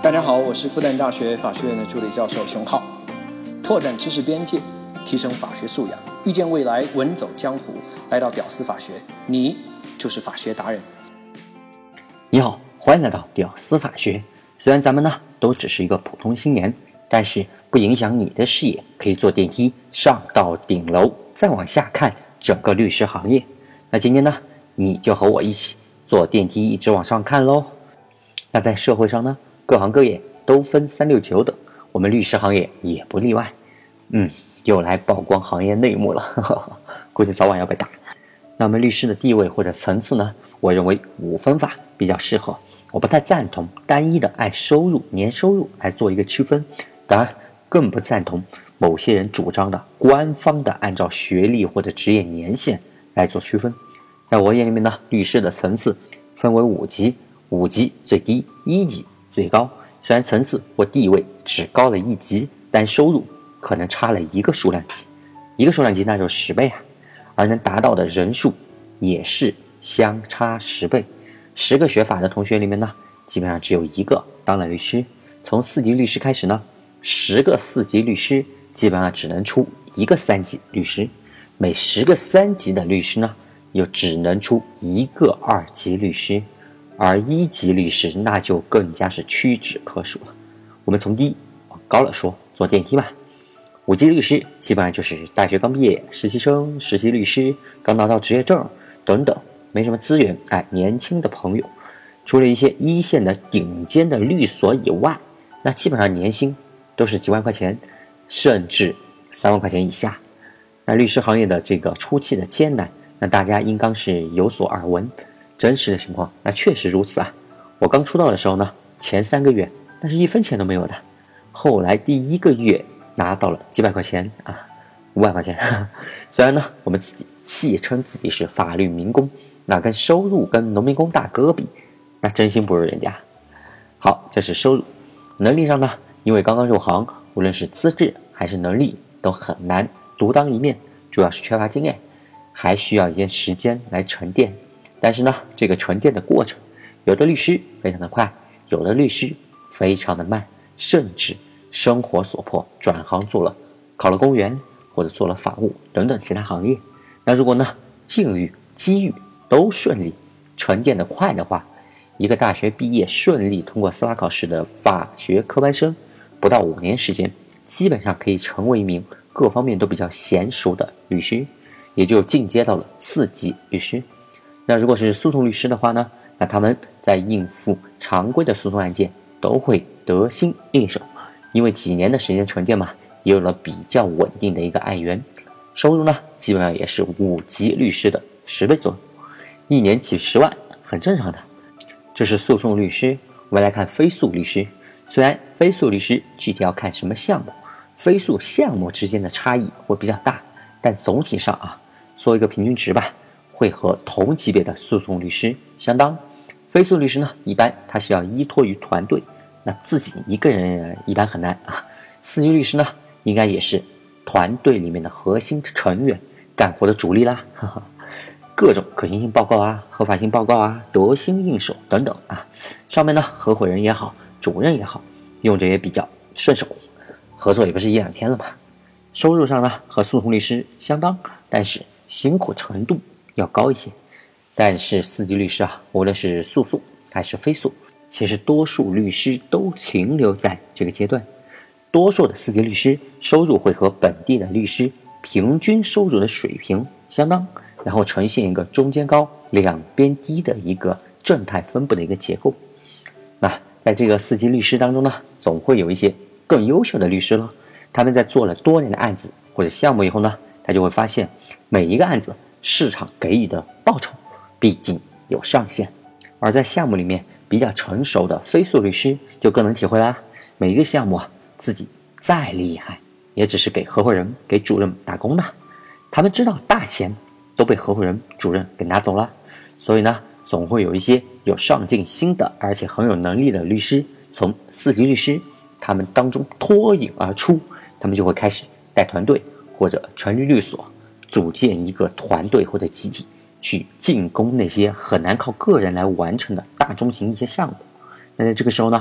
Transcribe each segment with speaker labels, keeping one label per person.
Speaker 1: 大家好，我是复旦大学法学院的助理教授熊浩。拓展知识边界，提升法学素养，遇见未来，稳走江湖。来到屌丝法学，你就是法学达人。
Speaker 2: 你好，欢迎来到屌丝法学。虽然咱们呢都只是一个普通青年，但是不影响你的视野，可以坐电梯上到顶楼，再往下看整个律师行业。那今天呢，你就和我一起坐电梯一直往上看咯。那在社会上呢，各行各业都分369等，我们律师行业也不例外。又来曝光行业内幕了，估计早晚要被打。那我们律师的地位或者层次呢，我认为5分法比较适合。我不太赞同单一的按收入、年收入来做一个区分，当然更不赞同某些人主张的官方的按照学历或者职业年限来做区分。在我眼里面呢，律师的层次分为5级，5级最低，1级最高。虽然层次或地位只高了1级，但收入可能差了1个数量级，1个数量级那就10倍啊，而能达到的人数也是相差10倍。10个学法的同学里面呢，基本上只有1个当了律师。从4级律师开始呢，10个4级律师基本上只能出1个3级律师，每10个3级的律师呢，又只能出1个2级律师，而1级律师那就更加是屈指可数了。我们从低往高了说，坐电梯吧。5级律师基本上就是大学刚毕业、实习生、实习律师，刚拿到执业证等等，没什么资源，年轻的朋友。除了一些一线的顶尖的律所以外，那基本上年薪都是几万块钱，甚至3万块钱以下。那律师行业的这个初期的艰难，那大家应当是有所耳闻。真实的情况那确实如此啊。我刚出道的时候呢，前3个月那是1分钱都没有的，后来第1个月拿到了几百块钱500块钱。虽然呢我们自己戏称自己是法律民工，那跟收入跟农民工大哥比，那真心不如人家。好，这是收入。能力上呢，因为刚刚入行，无论是资质还是能力都很难独当一面，主要是缺乏经验，还需要一些时间来沉淀。但是呢，这个沉淀的过程，有的律师非常的快，有的律师非常的慢，甚至生活所迫转行考了公务员，或者做了法务等等其他行业。那如果呢境遇机遇都顺利，沉淀的快的话，一个大学毕业顺利通过司法考试的法学科班生，不到5年时间，基本上可以成为一名各方面都比较娴熟的律师，也就进阶到了4级律师。那如果是诉讼律师的话呢，那他们在应付常规的诉讼案件都会得心应手，因为几年的时间沉淀嘛，也有了比较稳定的一个案源。收入呢，基本上也是5级律师的10倍左右，1年几10万，很正常的。这是诉讼律师。我们来看非诉律师。虽然非诉律师具体要看什么项目，非诉项目之间的差异会比较大，但总体上做一个平均值吧，会和同级别的诉讼律师相当。非诉律师呢，一般他是要依托于团队，那自己一个人一般很难4级律师呢，应该也是团队里面的核心成员，干活的主力啦。各种可行性报告合法性报告得心应手等等上面呢合伙人也好，主任也好，用着也比较顺手，合作也不是1-2天了嘛。收入上呢和诉讼律师相当，但是辛苦程度要高一些。但是4级律师无论是诉讼还是非诉，其实多数律师都停留在这个阶段。多数的4级律师收入会和本地的律师平均收入的水平相当，然后呈现一个中间高两边低的一个正态分布的一个结构。那在这个4级律师当中呢，总会有一些更优秀的律师了。他们在做了多年的案子或者项目以后呢，他就会发现每一个案子市场给予的报酬毕竟有上限。而在项目里面比较成熟的非诉律师就更能体会啦，每一个项目自己再厉害，也只是给合伙人给主任打工的，他们知道大钱都被合伙人主任给拿走了，所以呢总会有一些有上进心的而且很有能力的律师从4级律师他们当中脱颖而出，他们就会开始带团队或者成立律所，组建一个团队或者集体去进攻那些很难靠个人来完成的大中型一些项目。那在这个时候呢，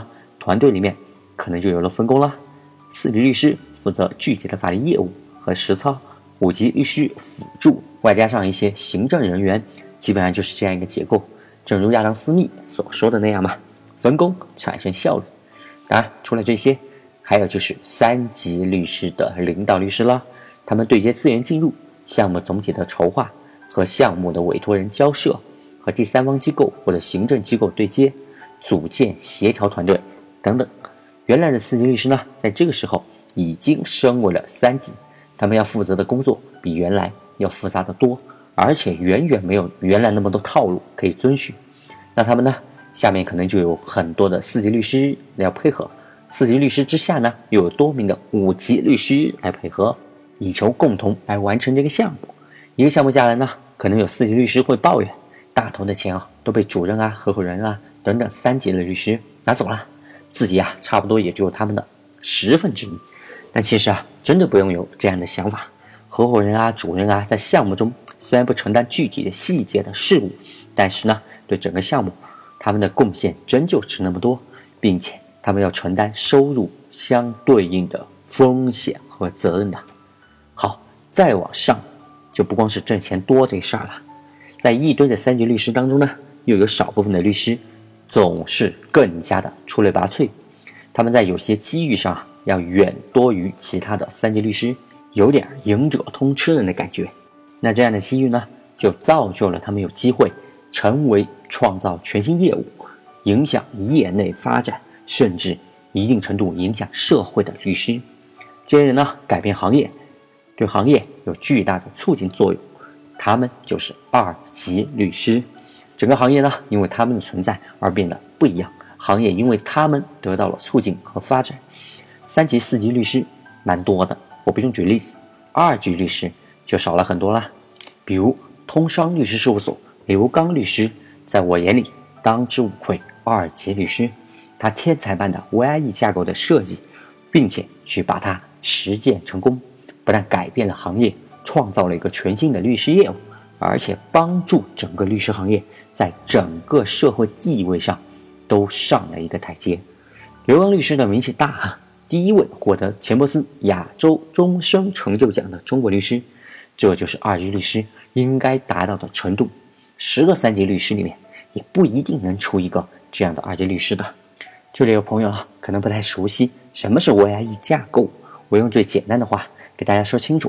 Speaker 2: 团队里面可能就有了分工了。4级律师负责具体的法律业务和实操，5级律师辅助，外加上一些行政人员，基本上就是这样一个结构。正如亚当·斯密所说的那样嘛，分工产生效率。当然，除了这些，还有就是3级律师的领导律师了，他们对接资源进入、项目总体的筹划和项目的委托人交涉，和第三方机构或者行政机构对接，组建协调团队等等。原来的4级律师呢，在这个时候已经升为了3级，他们要负责的工作比原来要复杂的多，而且远远没有原来那么多套路可以遵循。那他们呢，下面可能就有很多的4级律师要配合，4级律师之下呢，又有多名的5级律师来配合，以求共同来完成这个项目。一个项目下来呢，可能有4级律师会抱怨，大头的钱都被主任合伙人等等3级的律师拿走了，自己差不多也只有他们的1/10。但其实真的不用有这样的想法。合伙人主任在项目中虽然不承担具体的细节的事务，但是呢，对整个项目他们的贡献真就值那么多，并且他们要承担收入相对应的风险和责任的。好，再往上就不光是挣钱多这事儿了，在一堆的3级律师当中呢，又有少部分的律师总是更加的出类拔萃，他们在有些机遇上要远多于其他的3级律师，有点赢者通吃人的感觉。那这样的机遇呢，就造就了他们有机会成为创造全新业务、影响业内发展，甚至一定程度影响社会的律师。这些人呢，改变行业，对行业有巨大的促进作用，他们就是2级律师。整个行业呢，因为他们的存在而变得不一样，行业因为他们得到了促进和发展。3级、4级律师蛮多的，我不用举例子，2级律师就少了很多啦。比如通商律师事务所刘刚律师，在我眼里当之无愧2级律师。他天才般的 VIE 架构的设计，并且去把它实践成功，不但改变了行业，创造了一个全新的律师业务，而且帮助整个律师行业在整个社会地位上都上了一个台阶。刘刚律师的名气大，第一位获得钱伯斯亚洲终身成就奖的中国律师，这就是2级律师应该达到的程度。10个3级律师里面，也不一定能出一个这样的2级律师的。这里有朋友可能不太熟悉什么是 VIE 架构，我用最简单的话给大家说清楚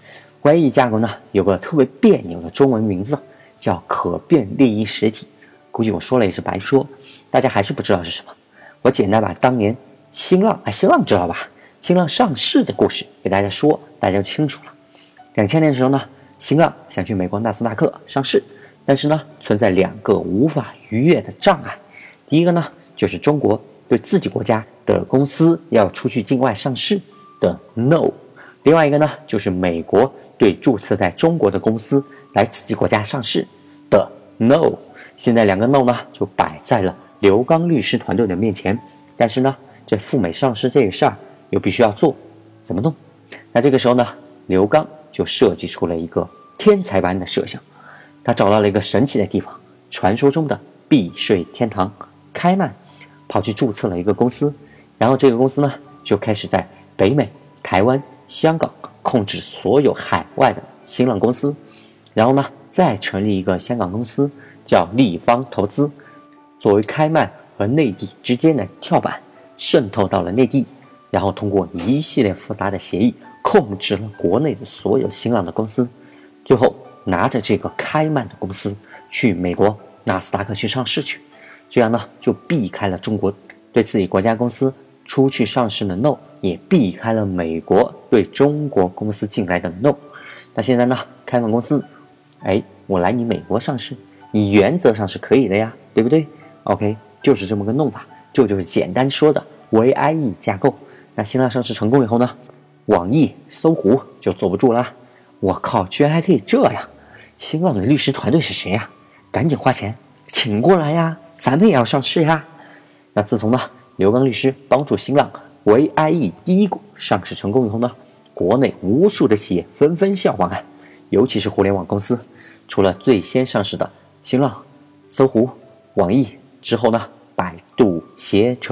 Speaker 2: VIE 架构呢，有个特别别扭的中文名字，叫可变利益实体。估计我说了也是白说，大家还是不知道是什么。我简单把当年新浪知道吧？新浪上市的故事给大家说，大家就清楚了。2000年的时候呢，新浪想去美国纳斯达克上市，但是呢，存在2个无法逾越的障碍。第一个呢，就是中国对自己国家的公司要出去境外上市的 No， 另外一个呢，就是美国对注册在中国的公司来自己国家上市的 No。 现在2个 No 呢，就摆在了刘刚律师团队的面前，但是呢，这赴美上市这个事儿又必须要做，怎么弄？那这个时候呢，刘刚就设计出了一个天才般的设想，他找到了一个神奇的地方，传说中的避税天堂开曼，跑去注册了一个公司，然后这个公司呢，就开始在北美、台湾、香港控制所有海外的新浪公司，然后呢，再成立一个香港公司叫立方投资，作为开曼和内地之间的跳板，渗透到了内地，然后通过一系列复杂的协议控制了国内的所有新浪的公司，最后拿着这个开曼的公司去美国纳斯达克去上市去，这样呢，就避开了中国对自己国家公司出去上市的 No， 也避开了美国对中国公司进来的 No。 那现在呢，开曼公司我来你美国上市，你原则上是可以的呀，对不对？ OK， 就是这么个弄法，这就是简单说的 VIE 架构。那新浪上市成功以后呢，网易、搜狐就坐不住了，我靠，居然还可以这样！新浪的律师团队是谁呀？赶紧花钱请过来呀，咱们也要上市呀！那自从呢，刘刚律师帮助新浪 VIE 第一股上市成功以后呢，国内无数的企业纷纷效仿尤其是互联网公司，除了最先上市的新浪、搜狐、网易之后呢，百度、携程、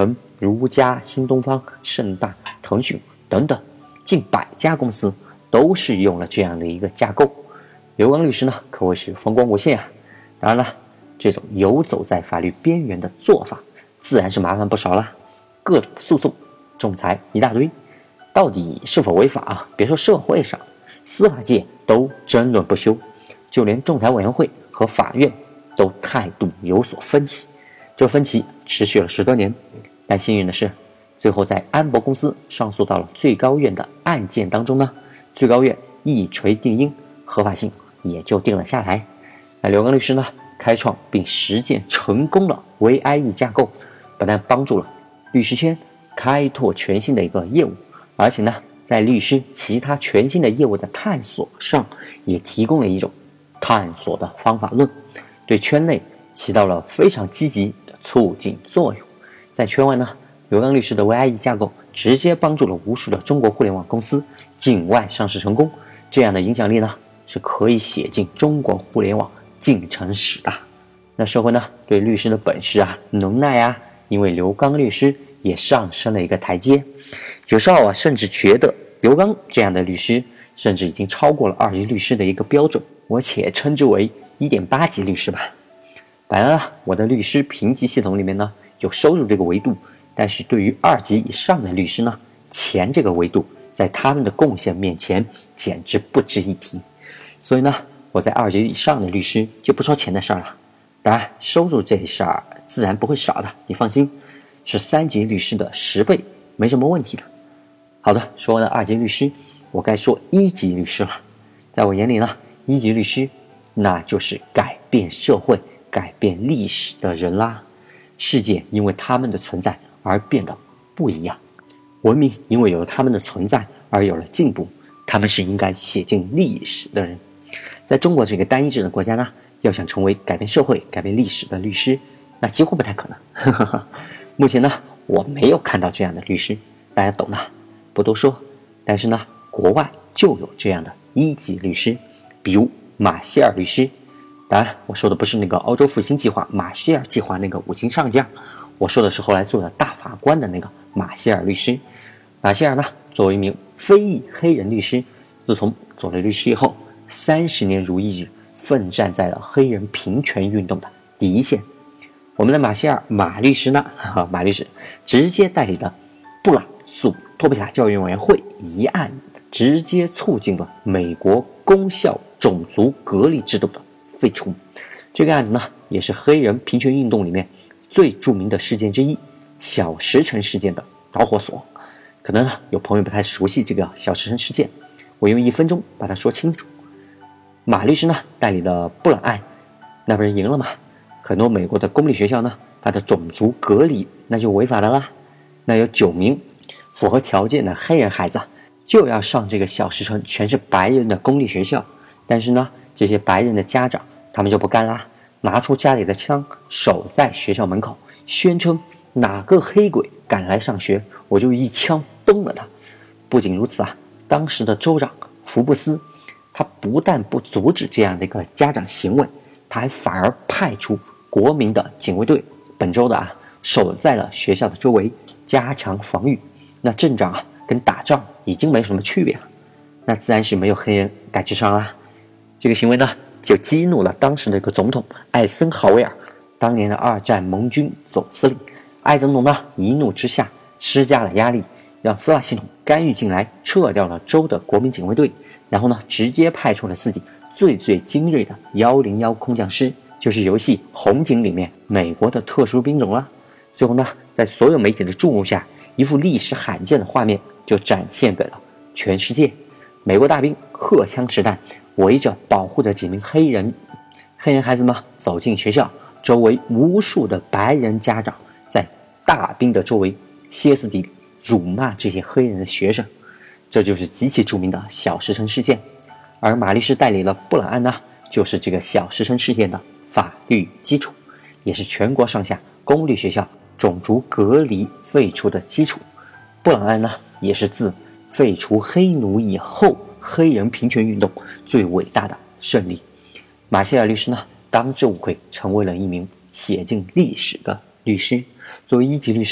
Speaker 2: 如家、新东方、盛大、腾讯等等近100家公司都是用了这样的一个架构。刘刚律师呢可谓是风光无限啊。当然了，这种游走在法律边缘的做法自然是麻烦不少了，各种诉讼、仲裁一大堆，到底是否违法啊？别说社会上，司法界都争论不休，就连仲裁委员会和法院都态度有所分歧。这分歧持续了10多年，但幸运的是，最后在安博公司上诉到了最高院的案件当中呢，最高院一锤定音，合法性也就定了下来。那刘刚律师呢，开创并实践成功了 VIE 架构，不但帮助了律师圈开拓全新的一个业务，而且呢，在律师其他全新的业务的探索上，也提供了一种探索的方法论，对圈内起到了非常积极的促进作用。在圈外呢，刘刚律师的 VIE 架构直接帮助了无数的中国互联网公司境外上市成功，这样的影响力呢，是可以写进中国互联网进程史的。那社会呢，对律师的本事啊、能耐啊，因为刘刚律师也上升了一个台阶。有时候啊，甚至觉得刘刚这样的律师，甚至已经超过了2级律师的一个标准，我且称之为 1.8 级律师吧。当然了，我的律师评级系统里面呢，有收入这个维度，但是对于2级以上的律师呢，钱这个维度在他们的贡献面前简直不值一提。所以呢，我在2级以上的律师就不说钱的事儿了，当然收入这事儿自然不会少的，你放心，是3级律师的10倍，没什么问题的。好的，说完了2级律师，我该说1级律师了。在我眼里呢，1级律师那就是改变社会、改变历史的人啦。世界因为他们的存在而变得不一样，文明因为有了他们的存在而有了进步，他们是应该写进历史的人。在中国这个单一制的国家呢，要想成为改变社会、改变历史的律师，那几乎不太可能。目前呢，我没有看到这样的律师，大家懂的，不多说。但是呢，国外就有这样的1级律师，比如马歇尔律师。当然，我说的不是那个欧洲复兴计划马歇尔计划那个5星上将，我说的是后来做了大法官的那个马歇尔律师。马歇尔呢，作为一名非裔黑人律师，自从做了律师以后，30年如一日，奋战在了黑人平权运动的第一线。我们的马歇尔马律师呢，马律师直接代理了布朗诉托比卡教育委员会一案，直接促进了美国公校种族隔离制度的废除。这个案子呢，也是黑人平权运动里面最著名的事件之一——小石城事件的导火索。可能有朋友不太熟悉这个小石城事件，我用1分钟把它说清楚。马律师呢代理的布朗案，那不是赢了吗？很多美国的公立学校呢，它的种族隔离那就违法的啦。那有9名符合条件的黑人孩子就要上这个小石城全是白人的公立学校，但是呢，这些白人的家长他们就不干啦，拿出家里的枪守在学校门口，宣称哪个黑鬼敢来上学，我就一枪崩了他。不仅如此啊，当时的州长福布斯，他不但不阻止这样的一个家长行为，他还反而派出国民的警卫队，本州的守在了学校的周围，加强防御。那镇长跟打仗已经没什么区别了，那自然是没有黑人敢去上啦。这个行为呢，就激怒了当时的一个总统艾森豪威尔，当年的2战盟军总司令。艾总统呢，一怒之下施加了压力，让司法系统干预进来，撤掉了州的国民警卫队，然后呢，直接派出了自己最精锐的101空降师，就是游戏红警里面美国的特殊兵种了。最后呢，在所有媒体的注目下，一幅历史罕见的画面就展现给了全世界。美国大兵荷枪实弹，围着保护着几名黑人孩子呢走进学校，周围无数的白人家长在大兵的周围歇斯底里辱骂这些黑人的学生，这就是极其著名的小石城事件。而马律师代理了布朗案呢，就是这个小石城事件的法律基础，也是全国上下公立学校种族隔离废除的基础。布朗案呢，也是自废除黑奴以后黑人平权运动最伟大的胜利。马歇尔律师呢，当之无愧成为了一名写进历史的律师。作为1级律师呢，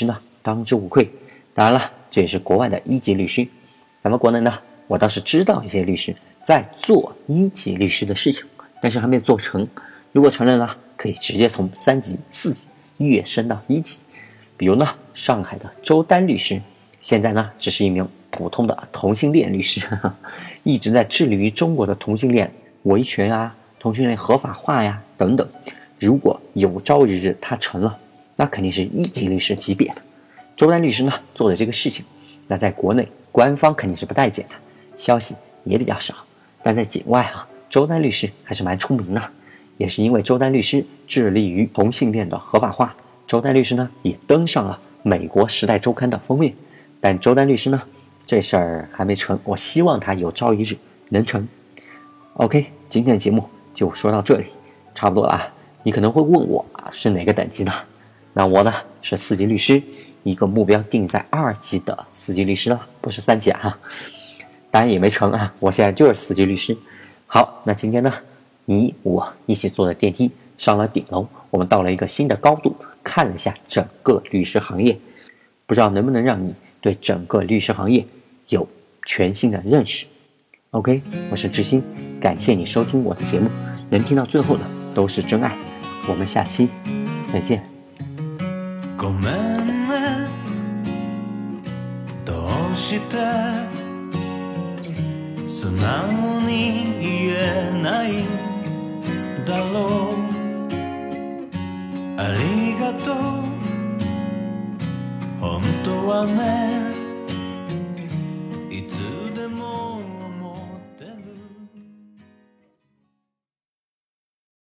Speaker 2: 当之无愧。当然了，这也是国外的1级律师。咱们国内呢，我倒是知道一些律师在做1级律师的事情，但是还没有做成。如果成了呢，可以直接从3级、4级跃升到1级。比如呢，上海的周丹律师，现在呢只是一名普通的同性恋律师，一直在致力于中国的同性恋维权啊、同性恋合法化呀等等。如果有朝一日他成了，那肯定是1级律师级别的。周丹律师呢做的这个事情，那在国内官方肯定是不待见的，消息也比较少，但在境外周丹律师还是蛮出名的。也是因为周丹律师致力于同性恋的合法化，周丹律师呢也登上了美国《时代周刊》的封面。但周丹律师呢，这事儿还没成，我希望他有朝一日能成。OK， 今天的节目就说到这里，差不多了啊。你可能会问我是哪个等级呢？那我呢是4级律师，一个目标定在2级的4级律师了，不是3级啊。当然也没成啊，我现在就是4级律师。好，那今天呢，你我一起坐的电梯上了顶楼，我们到了一个新的高度，看了一下整个律师行业，不知道能不能让你对整个律师行业有全新的认识。OK， 我是志新，感谢你收听我的节目，能听到最后的都是真爱。我们下期再见。
Speaker 3: ごめんね、どうして素直に言えないだろう。ありがとう、本当はね